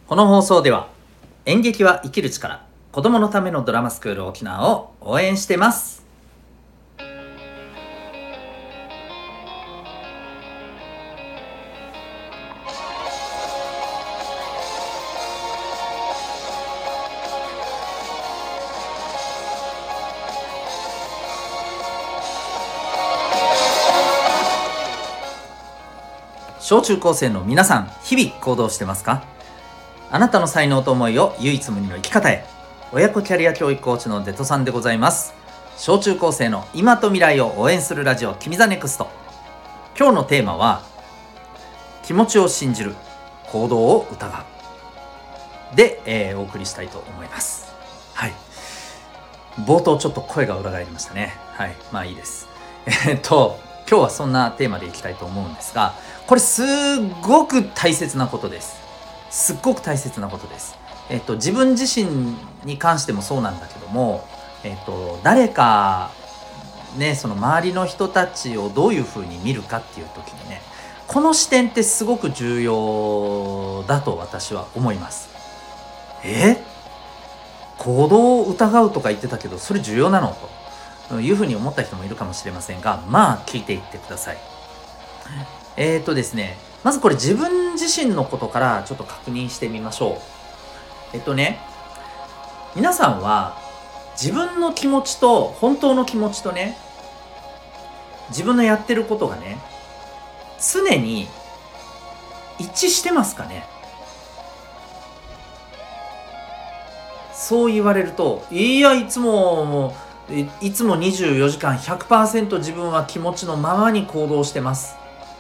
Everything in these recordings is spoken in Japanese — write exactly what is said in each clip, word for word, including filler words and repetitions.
この放送では演劇は生きる力、子供のためのドラマスクール沖縄を応援してます。小中高生の皆さん、日々行動してますか？あなたの才能と思いを唯一無二の生き方へ。親子キャリア教育コーチのデトさんでございます。小中高生の今と未来を応援するラジオ、君ザネクスト。今日のテーマは、気持ちを信じる、行動を疑うで、えー、お送りしたいと思います。はい。冒頭ちょっと声が裏返りましたね。はい。まあいいです。えー、っと今日はそんなテーマでいきたいと思うんですが、これすっごく大切なことです。すっごく大切なことです。えっと自分自身に関してもそうなんだけども、えっと誰かね、その周りの人たちをどういう風に見るかっていう時にね、この視点ってすごく重要だと私は思います。え？行動を疑うとか言ってたけど、それ重要なのというふうに思った人もいるかもしれませんが、まあ聞いていってください。えーとですね、まずこれ自分自身のことからちょっと確認してみましょう。えっとね、皆さんは自分の気持ちと本当の気持ちとね、自分のやってることがね、常に一致してますかね？そう言われると、いや、いつもいつもにじゅうよじかん ひゃくパーセント 自分は気持ちのままに行動してます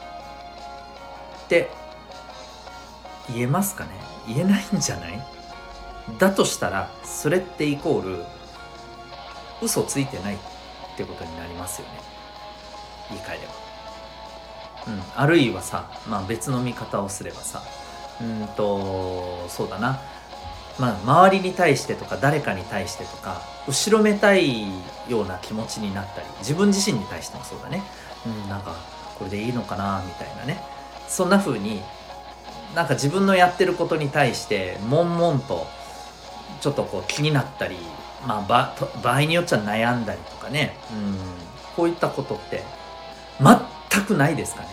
って言えますかね？言えないんじゃない？だとしたら、それってイコール嘘ついてないってことになりますよね。言い換えれば。うん、あるいはさ、まあ別の見方をすればさ、うんとそうだな、まあ周りに対してとか誰かに対してとか後ろめたいような気持ちになったり、自分自身に対してもそうだね。うん、なんかこれでいいのかなみたいなね。そんな風になんか自分のやってることに対して悶々とちょっとこう気になったり、まあ、場, 場合によっちゃ悩んだりとかね、うん、こういったことって全くないですかね？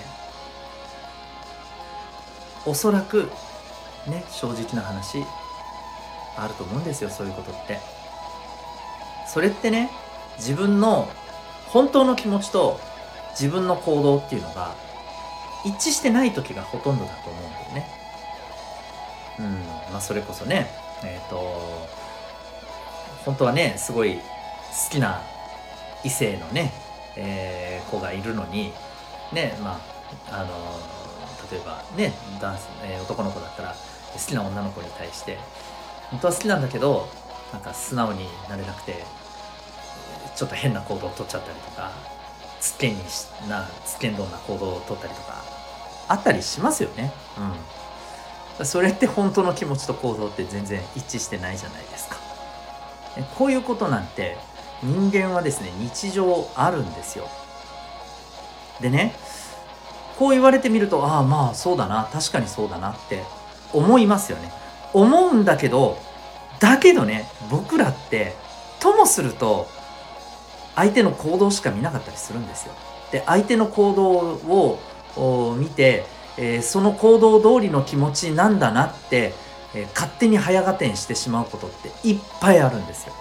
おそらくね、正直な話あると思うんですよ、そういうことって。それってね、自分の本当の気持ちと自分の行動っていうのが一致してない時がほとんどだと思うんだよね。うん、まあそれこそね、えっと本当はね、すごい好きな異性のね、えー子がいるのにね、まああの例えばね、男性、えー男の子だったら好きな女の子に対して本当は好きなんだけど、なんか素直になれなくてちょっと変な行動を取っちゃったりとか、つっけんにしなつっけんどんな行動を取ったりとかあったりしますよね。うん、それって本当の気持ちと行動って全然一致してないじゃないですか。こういうことなんて人間はですね、日常あるんですよ。でね、こう言われてみると、ああまあそうだな、確かにそうだなって思いますよね。思うんだけど、だけどね、僕らってともすると相手の行動しか見なかったりするんですよ。で、相手の行動を見て、えー、その行動通りの気持ちなんだなって、えー、勝手に早合点してしまうことっていっぱいあるんですよ。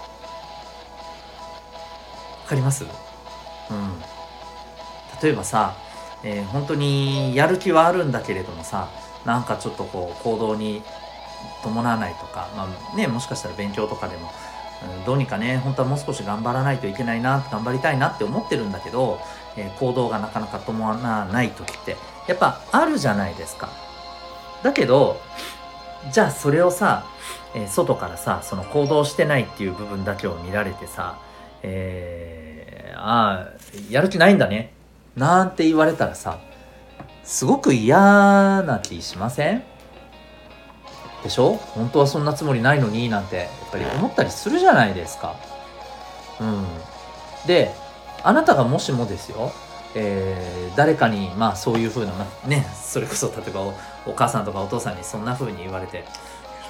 わかります？うん。例えばさ、えー、本当にやる気はあるんだけれどもさ、なんかちょっとこう行動に伴わないとか、まあね、もしかしたら勉強とかでも、うん、どうにかね、本当はもう少し頑張らないといけないな、頑張りたいなって思ってるんだけど、えー、行動がなかなか伴わない時ってやっぱあるじゃないですか。だけど、じゃあそれをさ、えー、外からさ、その行動してないっていう部分だけを見られてさ、えー、ああやる気ないんだねなんて言われたらさ、すごく嫌な気しません？でしょ？本当はそんなつもりないのになんてやっぱり思ったりするじゃないですか。うん。で、あなたがもしもですよ、えー、誰かにまあそういう風なね、それこそ例えば お, お母さんとかお父さんにそんな風に言われて、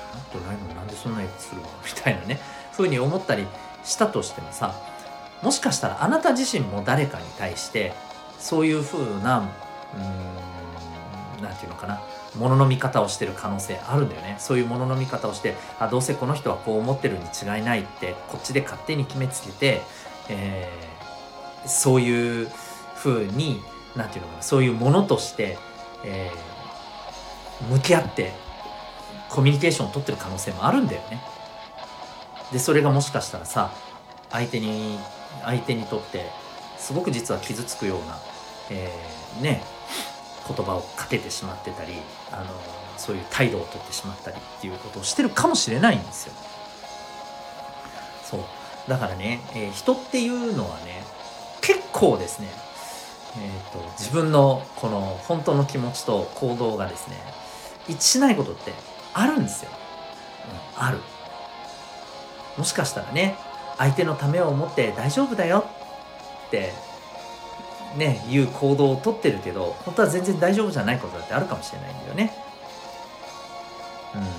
ことないのになんでそんなやつするのみたいなねふうに思ったりしたとしてもさ、もしかしたらあなた自身も誰かに対してそういうふうなうーんなんていうのかな、ものの見方をしてる可能性あるんだよね。そういうものの見方をして、あ、どうせこの人はこう思ってるに違いないってこっちで勝手に決めつけて、えー、そういうふうになんていうのかな、そういうものとして、えー、向き合ってコミュニケーションを取ってる可能性もあるんだよね。でそれがもしかしたらさ、相手に相手にとってすごく実は傷つくような、えー、ね言葉をかけてしまってたり、あのそういう態度をとってしまったりっていうことをしてるかもしれないんですよ。そうだからね、えー、人っていうのはね結構ですね、えーと、自分のこの本当の気持ちと行動がですね一致しないことってあるんですよ、うん、ある。もしかしたらね、相手のためを思って大丈夫だよってねいう行動をとってるけど、本当は全然大丈夫じゃないことだってあるかもしれないんだよね。うん。だ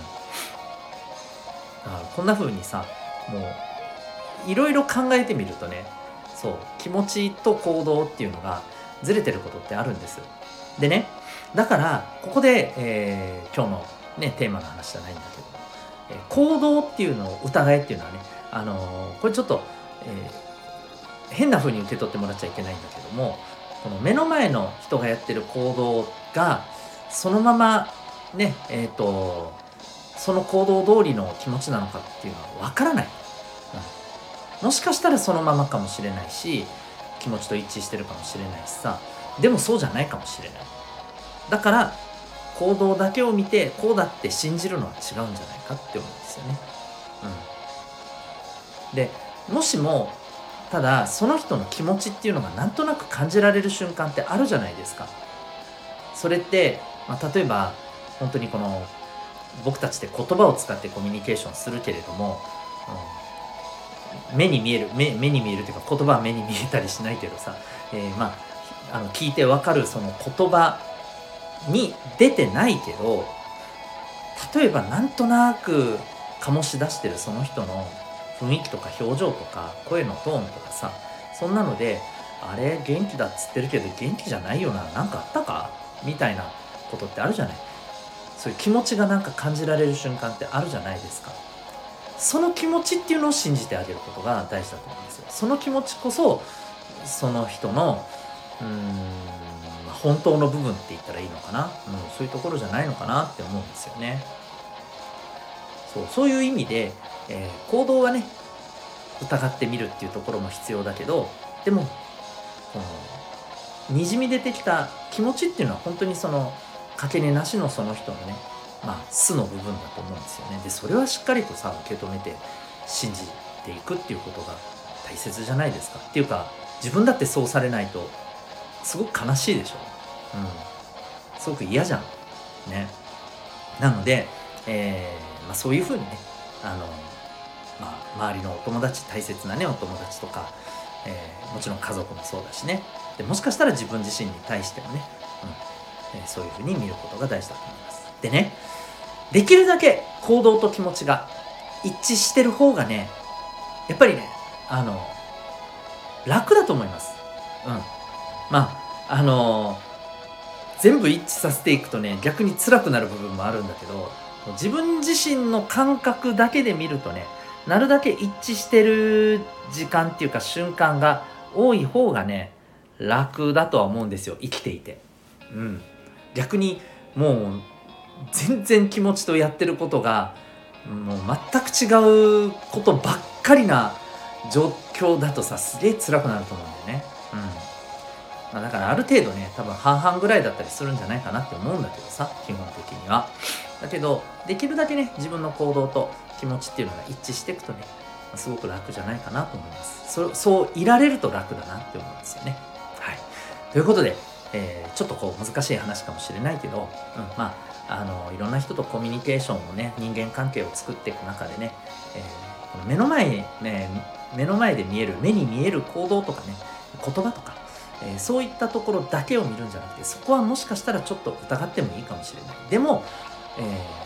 からこんな風にさ、もういろいろ考えてみるとね、そう気持ちと行動っていうのがずれてることってあるんです。でね、だからここで、えー、今日のねテーマの話じゃないんだけど、えー、行動っていうのを疑えっていうのはね、あのー、これちょっと、えー、変な風に受け取ってもらっちゃいけないんだけども、この目の前の人がやってる行動がそのままね、えっとその行動通りの気持ちなのかっていうのはわからない、うん、もしかしたらそのままかもしれないし、気持ちと一致してるかもしれないしさ、でもそうじゃないかもしれない。だから行動だけを見てこうだって信じるのは違うんじゃないかって思うんですよね。うん、でもしもただその人の気持ちっていうのがなんとなく感じられる瞬間ってあるじゃないですか。それって、まあ、例えば本当にこの僕たちって言葉を使ってコミュニケーションするけれども、うん、目に見える 目, 目に見えるというか言葉は目に見えたりしないけどさ、えー、まああの聞いてわかるその言葉に出てないけど、例えばなんとなく醸し出してるその人の雰囲気とか表情とか声のトーンとかさ、そんなのであれ元気だっつってるけど元気じゃないよな、なんかあったかみたいなことってあるじゃない。そういう気持ちがなんか感じられる瞬間ってあるじゃないですか。その気持ちっていうのを信じてあげることが大事だと思うんですよ。その気持ちこそその人のうーん本当の部分って言ったらいいのかな、うん、そういうところじゃないのかなって思うんですよね。そう、そういう意味で、えー、行動はね疑ってみるっていうところも必要だけど、でもこのにじみ出てきた気持ちっていうのは本当にそのかけねなしのその人のね、まあ素の部分だと思うんですよね。でそれはしっかりとさ受け止めて信じていくっていうことが大切じゃないですか。っていうか自分だってそうされないとすごく悲しいでしょ。うん、すごく嫌じゃんね。なので、えーまあ、そういうふうにね、あの、まあ、周りのお友達、大切なねお友達とか、えー、もちろん家族もそうだしね、でもしかしたら自分自身に対してもね、うんえー、そういうふうに見ることが大事だと思います。でね、できるだけ行動と気持ちが一致してる方がね、やっぱりね、あの楽だと思います。うん、まああのー全部一致させていくとね逆に辛くなる部分もあるんだけど、自分自身の感覚だけで見るとね、なるだけ一致してる時間っていうか瞬間が多い方がね楽だとは思うんですよ、生きていて。うん、逆にもう全然気持ちとやってることがもう全く違うことばっかりな状況だとさ、すげえ辛くなると思うんだよね。うんまあ、だからある程度ね多分半々ぐらいだったりするんじゃないかなって思うんだけどさ、基本的には。だけどできるだけね自分の行動と気持ちっていうのが一致していくとね、まあ、すごく楽じゃないかなと思います。そそういられると楽だなって思うんですよね。はい、ということで、えー、ちょっとこう難しい話かもしれないけど、うん、まああのいろんな人とコミュニケーションをね人間関係を作っていく中でね、えー、この目の前ね目の前で見える目に見える行動とかね言葉とかえー、そういったところだけを見るんじゃなくて、そこはもしかしたらちょっと疑ってもいいかもしれない。でも、えー、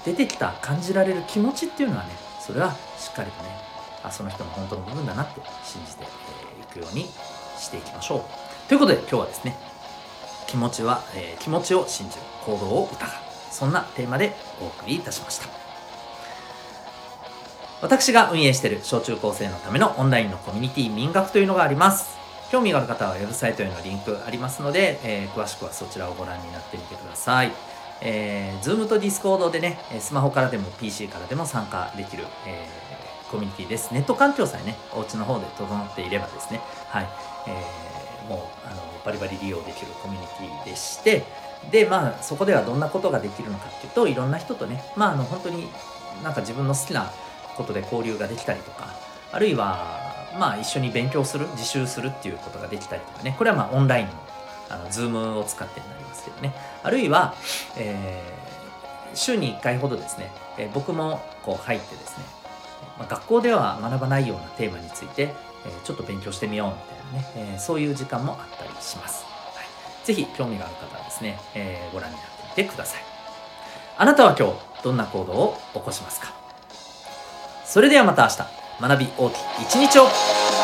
出てきた感じられる気持ちっていうのはね、それはしっかりとね、あその人の本当の部分だなって信じていくようにしていきましょう。ということで今日はですね、気持ちは、えー、気持ちを信じる、行動を疑う、そんなテーマでお送りいたしました。私が運営している小中高生のためのオンラインのコミュニティ民学というのがあります。興味がある方はウェブサイトへのリンクありますので、えー、詳しくはそちらをご覧になってみてください。えー、Zoom と Discord でね、スマホからでも ピーシー からでも参加できる、えー、コミュニティです。ネット環境さえね、お家の方で整っていればですね、はい、えー、もうあのバリバリ利用できるコミュニティでして、で、まあそこではどんなことができるのかっていうと、いろんな人とね、まああの本当になんか自分の好きなことで交流ができたりとか、あるいはまあ一緒に勉強する、自習するっていうことができたりとかね、これはまあオンラインのあの Zoom を使ってになりますけどね、あるいは、えー、週にいっかいほどですね、えー、僕もこう入ってですね、まあ、学校では学ばないようなテーマについて、えー、ちょっと勉強してみようみたいなね、えー、そういう時間もあったりします。はい、ぜひ興味がある方はですね、えー、ご覧になってみてください。あなたは今日どんな行動を起こしますか？それではまた明日、学び大きい一日を。